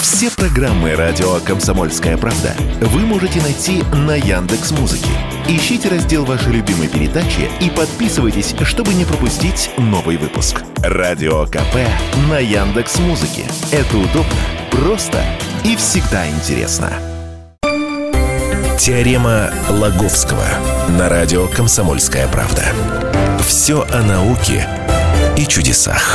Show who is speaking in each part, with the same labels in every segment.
Speaker 1: Все программы радио «Комсомольская правда» вы можете найти на Яндекс.Музыке. Ищите раздел вашей любимой передачи и подписывайтесь, чтобы не пропустить новый выпуск. Радио КП на Яндекс.Музыке. Это удобно, просто и всегда интересно. Теорема Лаговского на радио «Комсомольская правда». Все о науке и чудесах.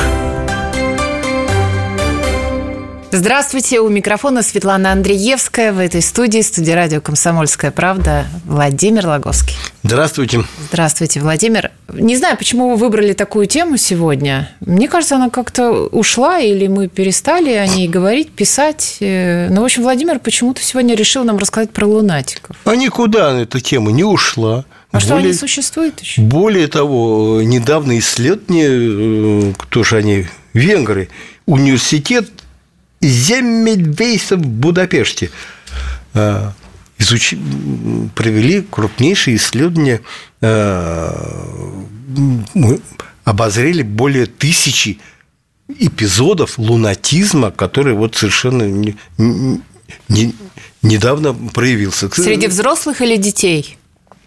Speaker 2: Здравствуйте, у микрофона Светлана Андреевская. В этой студии радио «Комсомольская правда» Владимир Лаговский.
Speaker 3: Здравствуйте.
Speaker 2: Здравствуйте, Владимир. Не знаю, почему вы выбрали такую тему сегодня. Мне кажется, она как-то ушла, или мы перестали о ней говорить, писать. Но, в общем, Владимир почему-то сегодня решил нам рассказать про лунатиков.
Speaker 3: А никуда эта тема не ушла.
Speaker 2: Что они существуют еще?
Speaker 3: Более того, недавно исследование, кто же они, венгры, университет Земельвейса в Будапеште провели крупнейшие исследования, обозрели более 1000 эпизодов лунатизма, который вот совершенно недавно проявился.
Speaker 2: Среди взрослых или детей?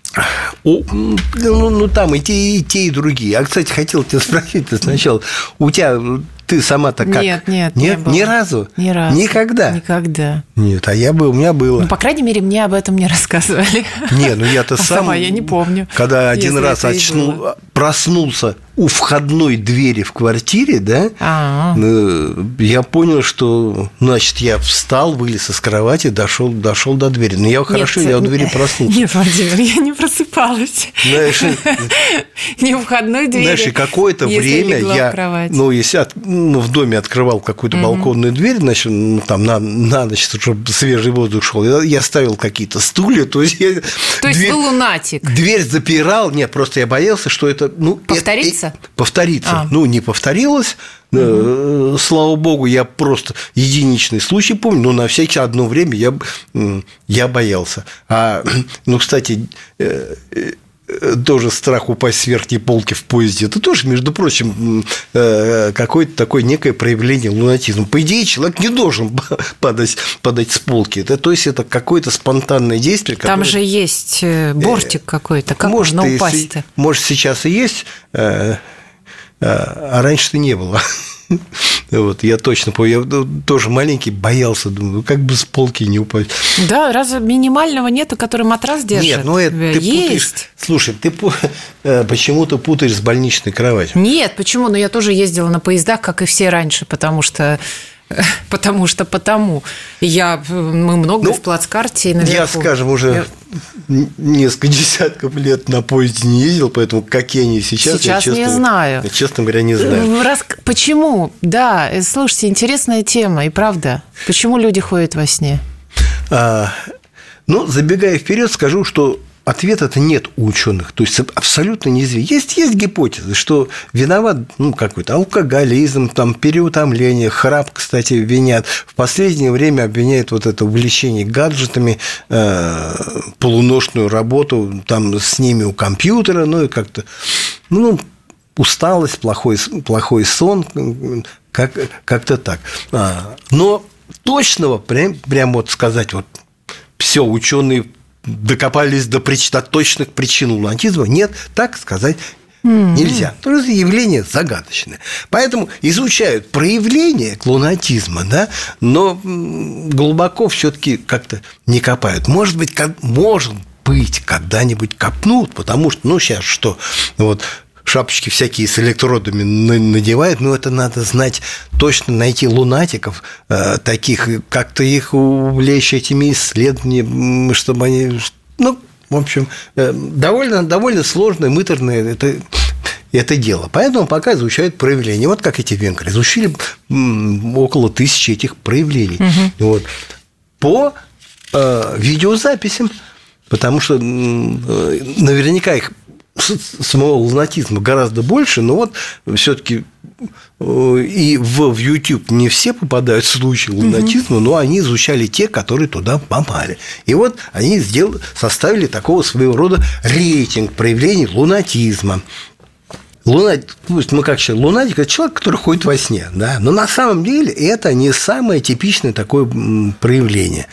Speaker 3: Там и те, и другие. А, кстати, хотел тебя спросить сначала. У тебя... Ты сама-то как?
Speaker 2: Нет, не было.
Speaker 3: Ни разу?
Speaker 2: Ни разу.
Speaker 3: Никогда?
Speaker 2: Никогда.
Speaker 3: Нет, у меня было.
Speaker 2: По крайней мере, мне об этом не рассказывали.
Speaker 3: Я-то сам...
Speaker 2: Сама я не помню.
Speaker 3: Когда один раз проснулся у входной двери в квартире, да, я понял, что, значит, я встал, вылез из кровати, дошел до двери. Но я у двери проснулся.
Speaker 2: Нет, Владимир, я не просыпалась.
Speaker 3: Знаешь,
Speaker 2: не у входной двери.
Speaker 3: Знаешь, какое-то время я, если в доме открывал какую-то балконную дверь, значит, там на ночь, чтобы свежий воздух шел, я ставил какие-то стулья, то есть
Speaker 2: вы лунатик.
Speaker 3: Дверь запирал, нет, просто я боялся, что это...
Speaker 2: Повторится?
Speaker 3: Повторится. Не повторилось. Слава богу, я просто единичный случай помню, но на всякий одно время я боялся. Кстати, тоже страх упасть с верхней полки в поезде. Это тоже, между прочим, какое-то такое некое проявление лунатизма. По идее, человек не должен падать с полки. То есть, это какое-то спонтанное действие.
Speaker 2: Там же есть бортик какой-то. Как можно упасть-то?
Speaker 3: Может, сейчас и есть, а раньше-то не было. Я точно помню, я тоже маленький боялся, думаю, как бы с полки не упасть.
Speaker 2: Да, разве минимального нету, который матрас держит?
Speaker 3: Нет, это ты путаешь. Слушай, ты почему-то путаешь с больничной кроватью.
Speaker 2: Нет, почему? Я тоже ездила на поездах, как и все раньше, потому. Мы много в плацкарте и наверху.
Speaker 3: Я, скажем, уже несколько десятков лет на поезде не ездил, поэтому какие они сейчас,
Speaker 2: я не знаю.
Speaker 3: Я, честно говоря, не знаю.
Speaker 2: Почему? Да, слушайте, интересная тема, и правда. Почему люди ходят во сне?
Speaker 3: Забегая вперед, скажу, что ответа-то нет у ученых, то есть абсолютно неизвестно. Есть гипотезы, что виноват какой-то алкоголизм, переутомление, храп, кстати, винят. В последнее время обвиняют это увлечение гаджетами, полуношную работу с ними у компьютера, и как-то усталость, плохой сон, как-то так. Но точного прям сказать все ученые докопались до точных причин лунатизма, нет, так сказать нельзя. То есть явление загадочное. Поэтому изучают проявления лунатизма, да, но глубоко все-таки как-то не копают. Может быть, когда-нибудь копнут, потому что, сейчас что, шапочки всякие с электродами надевают, это надо знать, точно найти лунатиков таких, как-то их увлечь этими исследованиями, чтобы они... в общем, довольно сложное, муторное это дело. Поэтому пока изучают проявления. Как эти венгры изучили около 1000 этих проявлений. По видеозаписям, потому что наверняка их самого лунатизма гораздо больше, но все-таки и в YouTube не все попадают в случаи лунатизма, но они изучали те, которые туда попали. И они составили такого своего рода рейтинг проявлений лунатизма. лунатик – это человек, который ходит во сне, да? Но на самом деле это не самое типичное такое проявление,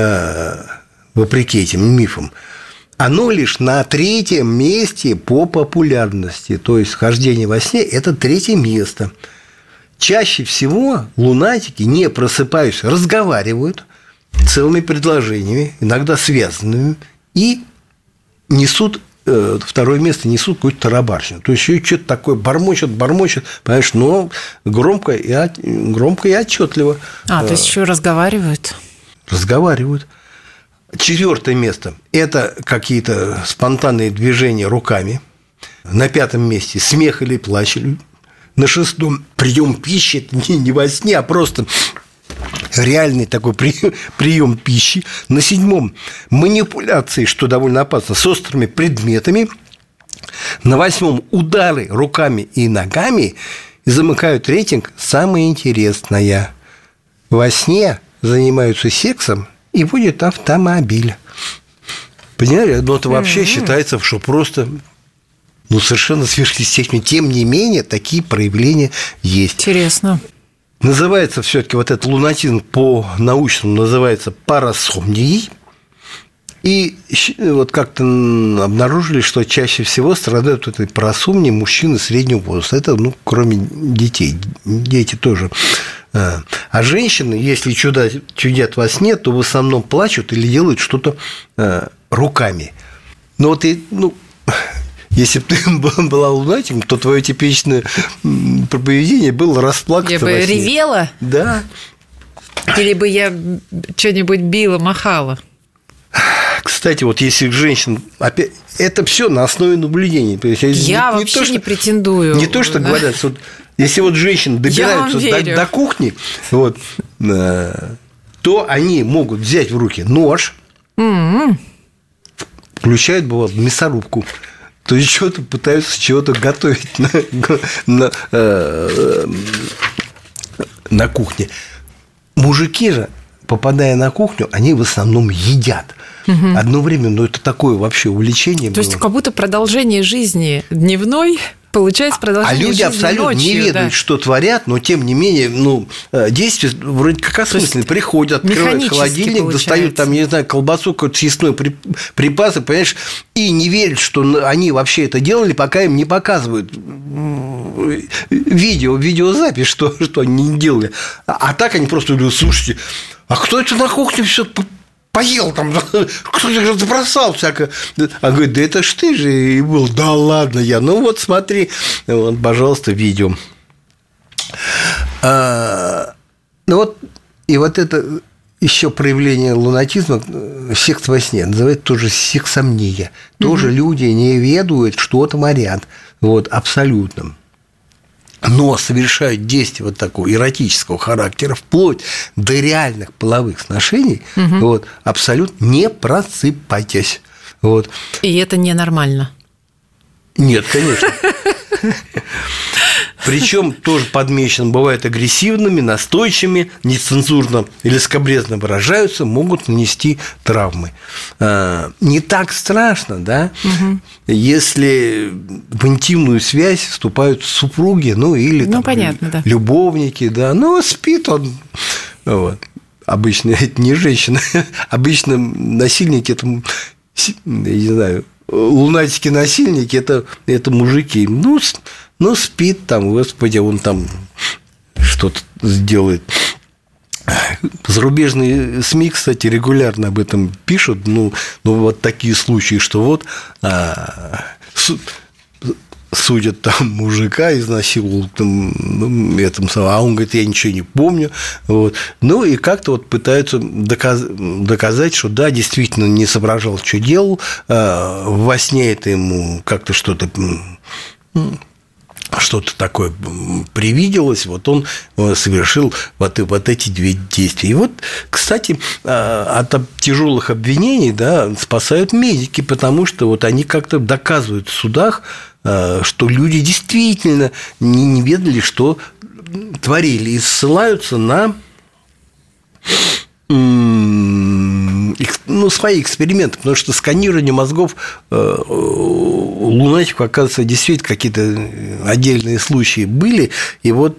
Speaker 3: вопреки этим мифам. Оно лишь на 3-м месте по популярности. То есть хождение во сне – это 3-е место. Чаще всего лунатики, не просыпаясь, разговаривают целыми предложениями, иногда связанными, и несут 2-е место, несут какую-то тарабарщину. То есть что-то такое бормочет, понимаешь, но громко и отчетливо.
Speaker 2: То есть еще разговаривают?
Speaker 3: Разговаривают. 4-е место – это какие-то спонтанные движения руками. На 5-м месте – смех или плач. На 6-м – прием пищи. Это не во сне, а просто реальный такой прием пищи. На 7-м – манипуляции, что довольно опасно, с острыми предметами. На 8-м – удары руками и ногами. И замыкают рейтинг самое интересное. Во сне занимаются сексом и водят автомобиль. Понимаете? Ну, это вообще считается, что просто совершенно сверхъестественно. Тем не менее, такие проявления есть.
Speaker 2: Интересно.
Speaker 3: Называется все-таки вот этот лунатизм по-научному называется парасомнией. И вот как-то обнаружили, что чаще всего страдают от этой парасомнии мужчины среднего возраста. Это, кроме детей. Дети тоже. А женщины, если чудят во сне, то в основном плачут или делают что-то руками. Но вот если бы ты была лунатиком, то твое типичное поведение было расплакаться.
Speaker 2: Я бы ревела?
Speaker 3: Да.
Speaker 2: Или бы я что-нибудь била, махала?
Speaker 3: Кстати, вот если женщин... Опять, это все на основе наблюдения.
Speaker 2: Я вообще не претендую.
Speaker 3: Не то, что говорят, что если вот женщины добираются до кухни, то они могут взять в руки нож, включают, бывает, мясорубку, то есть что-то пытаются чего-то готовить на кухне. Мужики же, попадая на кухню, они в основном едят. Одно время, это такое вообще увлечение.
Speaker 2: То есть как будто продолжение жизни дневной получается продолжение жизни ночью.
Speaker 3: А люди абсолютно не ведают, что творят, но тем не менее, действия вроде как осмысленные. Приходят, открывают холодильник, достают там, не знаю, колбасу, какой-то съестной припасы, понимаешь, и не верят, что они вообще это делали, пока им не показывают видеозапись, что они не делали. А так они просто говорят: слушайте, а кто это на кухне все поел там, кто-то забросал всякое. А говорит: да это ж ты же и был. Да ладно я. Вот смотри, вот, пожалуйста, видео. И вот это еще проявление лунатизма, секс во сне, называется тоже сексомния. Тоже люди не ведают, что творят. Абсолютно. Но совершают действия вот такого эротического характера вплоть до реальных половых сношений, абсолютно не просыпайтесь.
Speaker 2: И это ненормально?
Speaker 3: Нет, конечно. Причем тоже подмечено, бывают агрессивными, настойчивыми, нецензурно или скабрезно выражаются, могут нанести травмы. Не так страшно, да, если в интимную связь вступают супруги, или там,
Speaker 2: понятно, да.
Speaker 3: Любовники, да, спит он. Обычно это не женщина, обычно насильники, это, я не знаю, лунатики-насильники – это мужики. Спит там, господи, он там что-то сделает. Зарубежные СМИ, кстати, регулярно об этом пишут. Вот такие случаи, что судят там мужика, изнасиловал там, а он говорит: я ничего не помню. И как-то пытаются доказать, что да, действительно не соображал, что делал. Во сне это ему как-то что-то такое привиделось, он совершил вот эти 2 действия. И кстати, от тяжелых обвинений, да, спасают медики, потому что они как-то доказывают в судах, что люди действительно не ведали, что творили, и ссылаются на свои эксперименты, потому что сканирование мозгов лунатиков, оказывается, действительно какие-то отдельные случаи были. И вот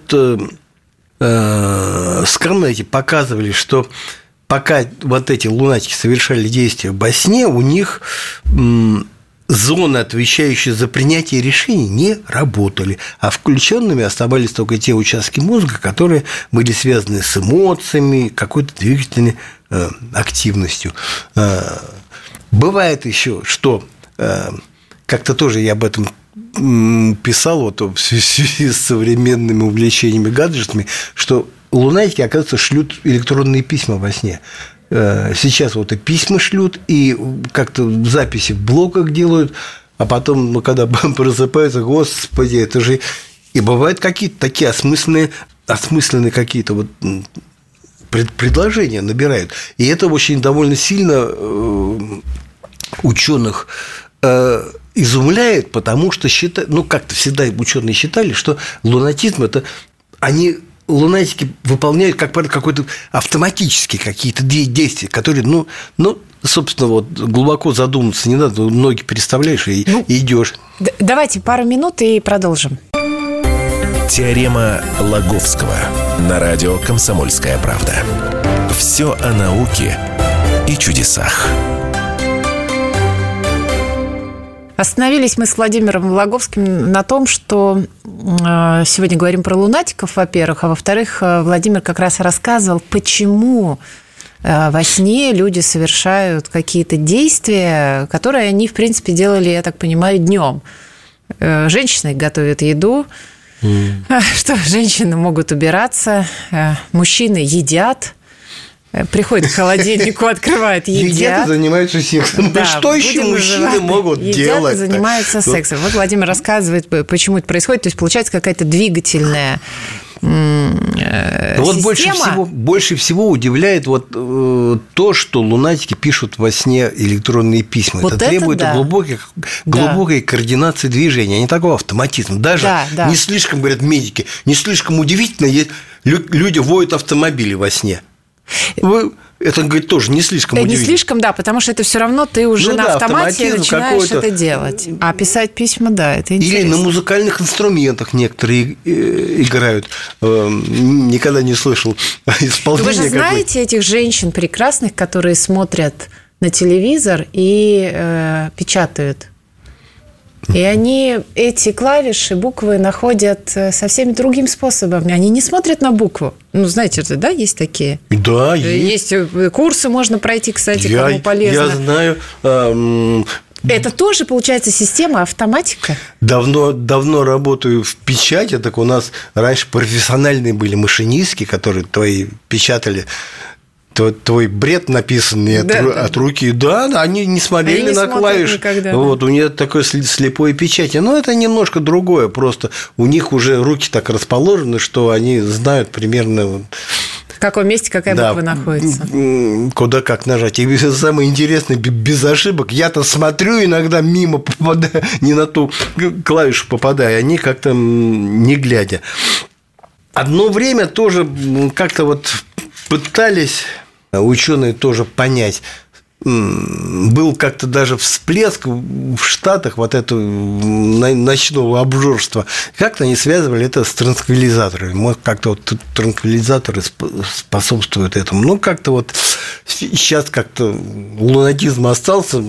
Speaker 3: сканы эти показывали, что пока вот эти лунатики совершали действия во сне, у них зоны, отвечающие за принятие решений, не работали, а включенными оставались только те участки мозга, которые были связаны с эмоциями, какой-то двигательной активностью. Бывает еще, что как-то тоже я об этом писал вот в связи с современными увлечениями гаджетами, что лунатики, оказывается, шлют электронные письма во сне. Сейчас вот и письма шлют, и как-то записи в блоках делают, а потом, когда просыпаются, господи, это же... И бывают какие-то такие осмысленные какие-то вот предложения набирают. И это очень довольно сильно ученых изумляет, потому что как-то всегда ученые считали, что лунатизм – это лунатики выполняют, как правило, какой-то автоматически какие-то действия, которые, собственно, вот глубоко задуматься не надо, ноги переставляешь и идешь.
Speaker 2: Давайте пару минут и продолжим.
Speaker 1: Теорема Лаговского на радио «Комсомольская правда». Все о науке и чудесах.
Speaker 2: Остановились мы с Владимиром Лаговским на том, что сегодня говорим про лунатиков, во-первых, а во-вторых, Владимир как раз рассказывал, почему во сне люди совершают какие-то действия, которые они, в принципе, делали, я так понимаю, днем. Женщины готовят еду, что женщины могут убираться, мужчины едят, приходят к холодильнику, открывают, едят
Speaker 3: и занимаются сексом. Да, что еще мужчины могут делать?
Speaker 2: Едят и занимаются сексом. Вот Владимир рассказывает, почему это происходит. То есть, получается какая-то двигательная
Speaker 3: вот больше всего удивляет то, что лунатики пишут во сне электронные письма.
Speaker 2: Вот
Speaker 3: это требует глубокой координации движения, а не такого автоматизма. Даже не слишком, говорят медики, не слишком удивительно, люди водят автомобили во сне. Это, говорит, тоже не слишком удивительно.
Speaker 2: Не слишком, да, потому что это все равно ты уже на автомате начинаешь это делать. А писать письма, да, это интересно.
Speaker 3: Или на музыкальных инструментах некоторые играют. Никогда не слышал исполнения.
Speaker 2: Вы же знаете этих женщин прекрасных, которые смотрят на телевизор и печатают. И они эти клавиши, буквы находят совсем другим способом. Они не смотрят на букву. Знаете, да, есть такие?
Speaker 3: Да, есть.
Speaker 2: Есть курсы можно пройти, кстати, кому полезно.
Speaker 3: Я знаю.
Speaker 2: Это тоже, получается, система, автоматика?
Speaker 3: Давно работаю в печати. Так у нас раньше профессиональные были машинистки, которые твои печатали. Твой бред написанный от руки, они не смотрели на клавиши. Вот, у нее такое слепое печати. Но это немножко другое. Просто у них уже руки так расположены, что они знают примерно...
Speaker 2: В каком месте какая буква находится.
Speaker 3: Куда как нажать. И самое интересное, без ошибок. Я-то смотрю иногда мимо, попадаю, не на ту клавишу попадаю, они как-то не глядя. Одно время тоже как-то вот пытались ученые тоже понять. Был как-то даже всплеск в Штатах вот этого ночного обжорства. Как-то они связывали это с транквилизаторами. Может, как-то вот транквилизаторы способствуют этому. Как-то вот сейчас как-то лунатизм остался,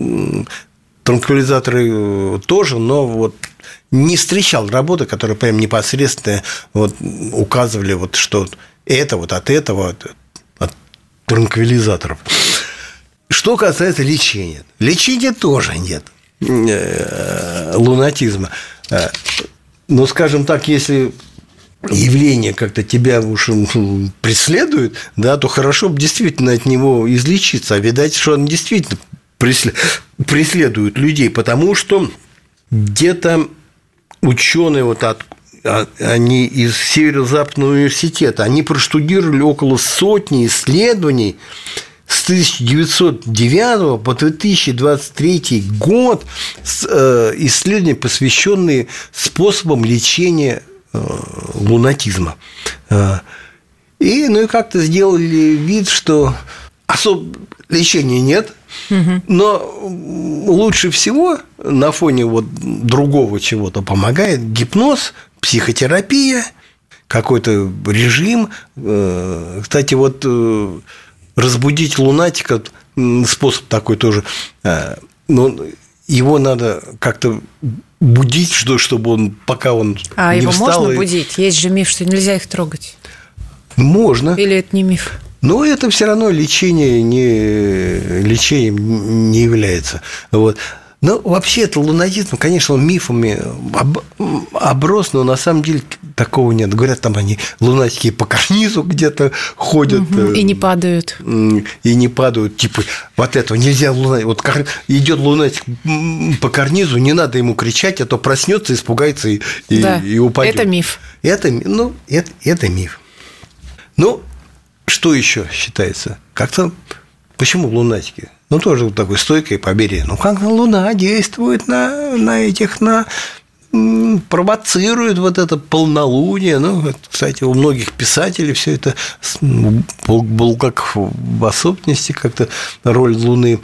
Speaker 3: транквилизаторы тоже, но вот не встречал работы, которые прям непосредственно указывали, что это от этого, от транквилизаторов. Что касается лечения. Лечения тоже нет лунатизма. Но, скажем так, если явление как-то тебя уж преследует, то хорошо бы действительно от него излечиться. А видать, что он действительно преследует людей, потому что где-то ученые они из Северо-Западного университета, они проштудировали около сотни исследований с 1909 по 2023 год, исследования, посвященные способам лечения лунатизма. И как-то сделали вид, что особо лечения нет, но лучше всего на фоне вот другого чего-то помогает гипноз, психотерапия, какой-то режим. Кстати, вот разбудить лунатика способ такой тоже. Но его надо как-то будить, чтобы он, пока он не
Speaker 2: его
Speaker 3: встал.
Speaker 2: можно будить? Есть же миф, что нельзя их трогать.
Speaker 3: Можно.
Speaker 2: Или это не миф?
Speaker 3: Но это все равно лечением не является. Вот. Но вообще это лунатизм, конечно, он мифами оброс, но на самом деле такого нет. Говорят, там они лунатики по карнизу где-то ходят.
Speaker 2: И не падают.
Speaker 3: И не падают. Типа, вот этого нельзя лунатик. Вот идет лунатик по карнизу, не надо ему кричать, а то проснется, испугается и упадет.
Speaker 2: Это миф.
Speaker 3: Это миф. Ну, что еще считается? Как-то почему лунатики? Ну, тоже вот такое стойкое поверье. Ну, как Луна действует провоцирует вот это полнолуние. Ну, кстати, у многих писателей все это Булгаков в особенности как-то роль Луны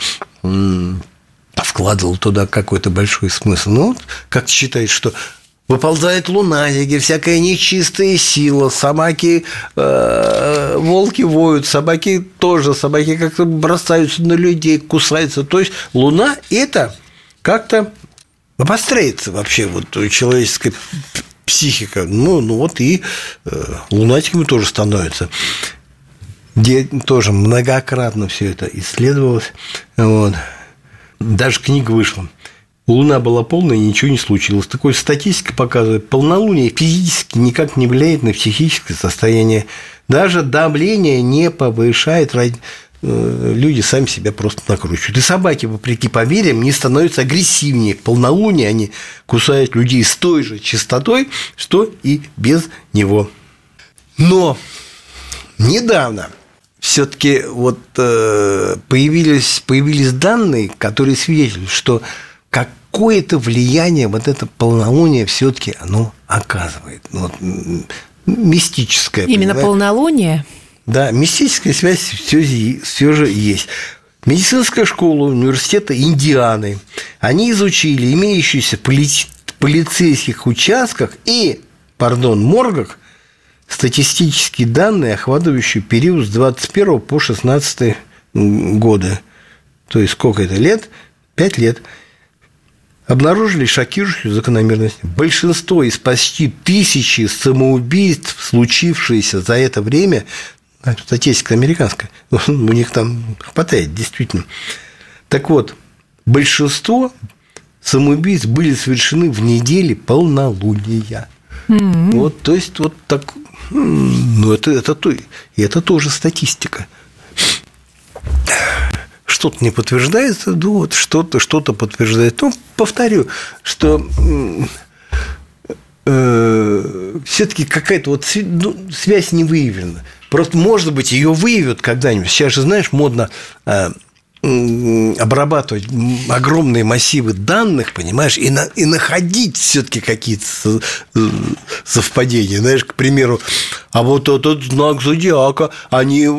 Speaker 3: вкладывал туда какой-то большой смысл. Ну, вот как считает, что выползают лунатики, всякая нечистая сила, собаки, волки воют, собаки как-то бросаются на людей, кусаются. То есть Луна – это как-то обостряется вообще вот человеческая психика. Ну вот и лунатиками тоже становятся. Где тоже многократно все это исследовалось. Вот. Даже книга вышла. Луна была полная, и ничего не случилось. Такой статистика показывает, полнолуние физически никак не влияет на психическое состояние. Даже давление не повышает, люди сами себя просто накручивают. И собаки, вопреки поверьям, не становятся агрессивнее. В полнолуние они кусают людей с той же частотой, что и без него. Но недавно все-таки вот появились данные, которые свидетельствуют, что какое-то влияние вот это полнолуние все-таки оно оказывает. Вот, мистическое.
Speaker 2: Именно полнолуние? Да,
Speaker 3: мистическая связь все же есть. Медицинская школа университета Индианы, они изучили имеющиеся полицейских участках и, моргах статистические данные, охватывающие период с 21 по 16 годы. То есть, сколько это лет? 5 лет. Обнаружили шокирующую закономерность. Большинство из почти 1000 самоубийств, случившиеся за это время, статистика американская, у них там хватает, действительно. Так вот, большинство самоубийств были совершены в неделе полнолуния. Вот, то есть, вот так. Ну, это тоже статистика. Что-то не подтверждается, да, вот что-то подтверждает. Ну, повторю, что все-таки какая-то вот связь не выявлена. Просто, может быть, ее выявят когда-нибудь. Сейчас же, знаешь, модно обрабатывать огромные массивы данных, понимаешь, и находить все-таки какие-то совпадения. Знаешь, к примеру, а вот этот знак зодиака, они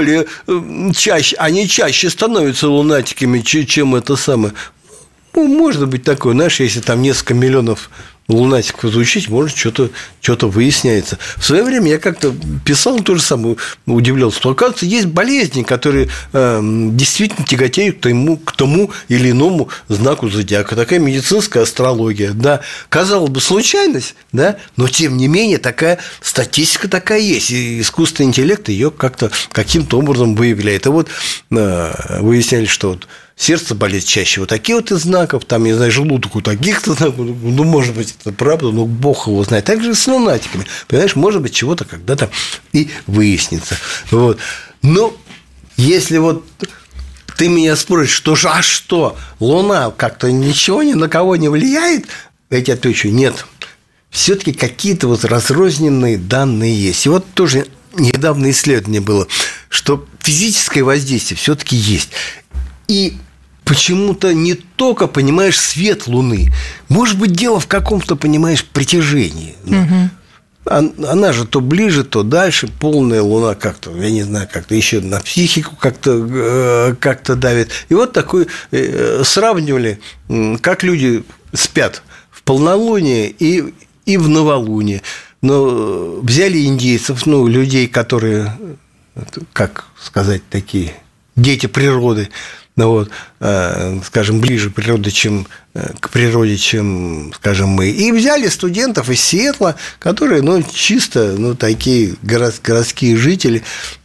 Speaker 3: чаще становятся лунатиками, чем это самое. Ну, может быть такое, знаешь, если там несколько миллионов лунатиков изучить, может, что-то выясняется. В свое время я как-то писал то же самое, удивлялся, что, оказывается, есть болезни, которые действительно тяготеют к тому или иному знаку зодиака. Такая медицинская астрология. Да. Казалось бы, случайность, да, но, тем не менее, такая статистика такая есть. И искусственный интеллект ее как-то каким-то образом выявляет. И вот выясняли, что вот сердце болит чаще вот такие вот из знаков, там, не знаю, желудок у таких-то знаков, ну, может быть, это правда, но Бог его знает. Так же с лунатиками, понимаешь, может быть, чего-то когда-то и выяснится. Вот. Но если вот ты меня спросишь, что Луна как-то ничего ни на кого не влияет, я тебе отвечу, нет. Все-таки какие-то вот разрозненные данные есть. И вот тоже недавно исследование было, что физическое воздействие все-таки есть. И почему-то не только, понимаешь, свет Луны. Может быть, дело в каком-то, понимаешь, притяжении. она же то ближе, то дальше, полная Луна как-то, я не знаю, как-то еще на психику как-то давит. И вот такой сравнивали, как люди спят в полнолуние и в новолуние. Но взяли индейцев, людей, которые, как сказать, такие дети природы, скажем, ближе к природе, чем, скажем, мы. И взяли студентов из Сиэтла, которые, чисто, такие городские жители.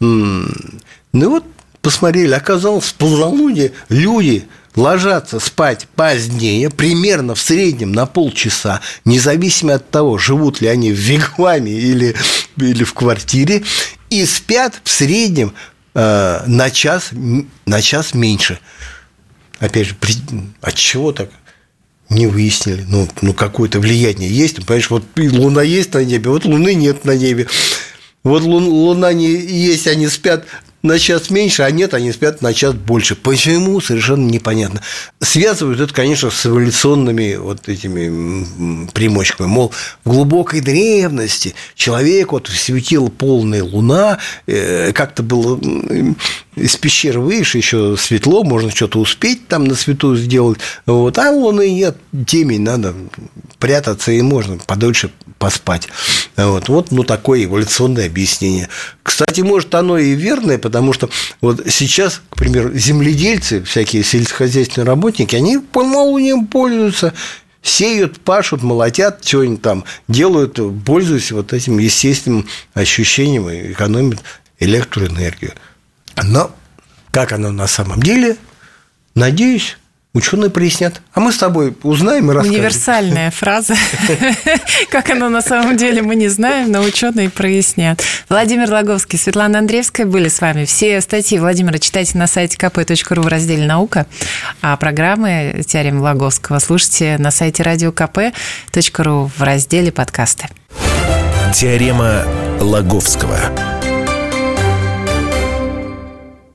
Speaker 3: Посмотрели, оказалось, в полнолуние люди ложатся спать позднее, примерно в среднем на полчаса, независимо от того, живут ли они в вигваме или в квартире, и спят в среднем на час меньше. Опять же, от чего так? Не выяснили. Какое-то влияние есть. Понимаешь, вот Луна есть на небе, вот Луны нет на небе. Вот Луна не есть, они спят на час меньше, а нет, они спят на час больше. Почему? Совершенно непонятно. Связывают это, конечно, с эволюционными этими примочками. Мол, в глубокой древности человек светила полная луна, как-то было из пещеры выше, еще светло, можно что-то успеть там на свету сделать. А луны нет, темень, надо прятаться, и можно подольше поспать. Такое эволюционное объяснение. Кстати, может, оно и верное, потому что сейчас, к примеру, земледельцы, всякие сельскохозяйственные работники, они полнолунием пользуются, сеют, пашут, молотят, что-нибудь там делают, пользуясь этим естественным ощущением и экономят электроэнергию. Но как оно на самом деле, надеюсь, ученые прояснят. А мы с тобой узнаем и расскажем.
Speaker 2: Универсальная фраза. Как оно на самом деле, мы не знаем, но ученые прояснят. Владимир Логовский, Светлана Андреевская были с вами. Все статьи Владимира читайте на сайте kp.ru в разделе «Наука», а программы «Теорема Логовского» слушайте на сайте radiokp.ru в разделе «Подкасты».
Speaker 1: Теорема Логовского.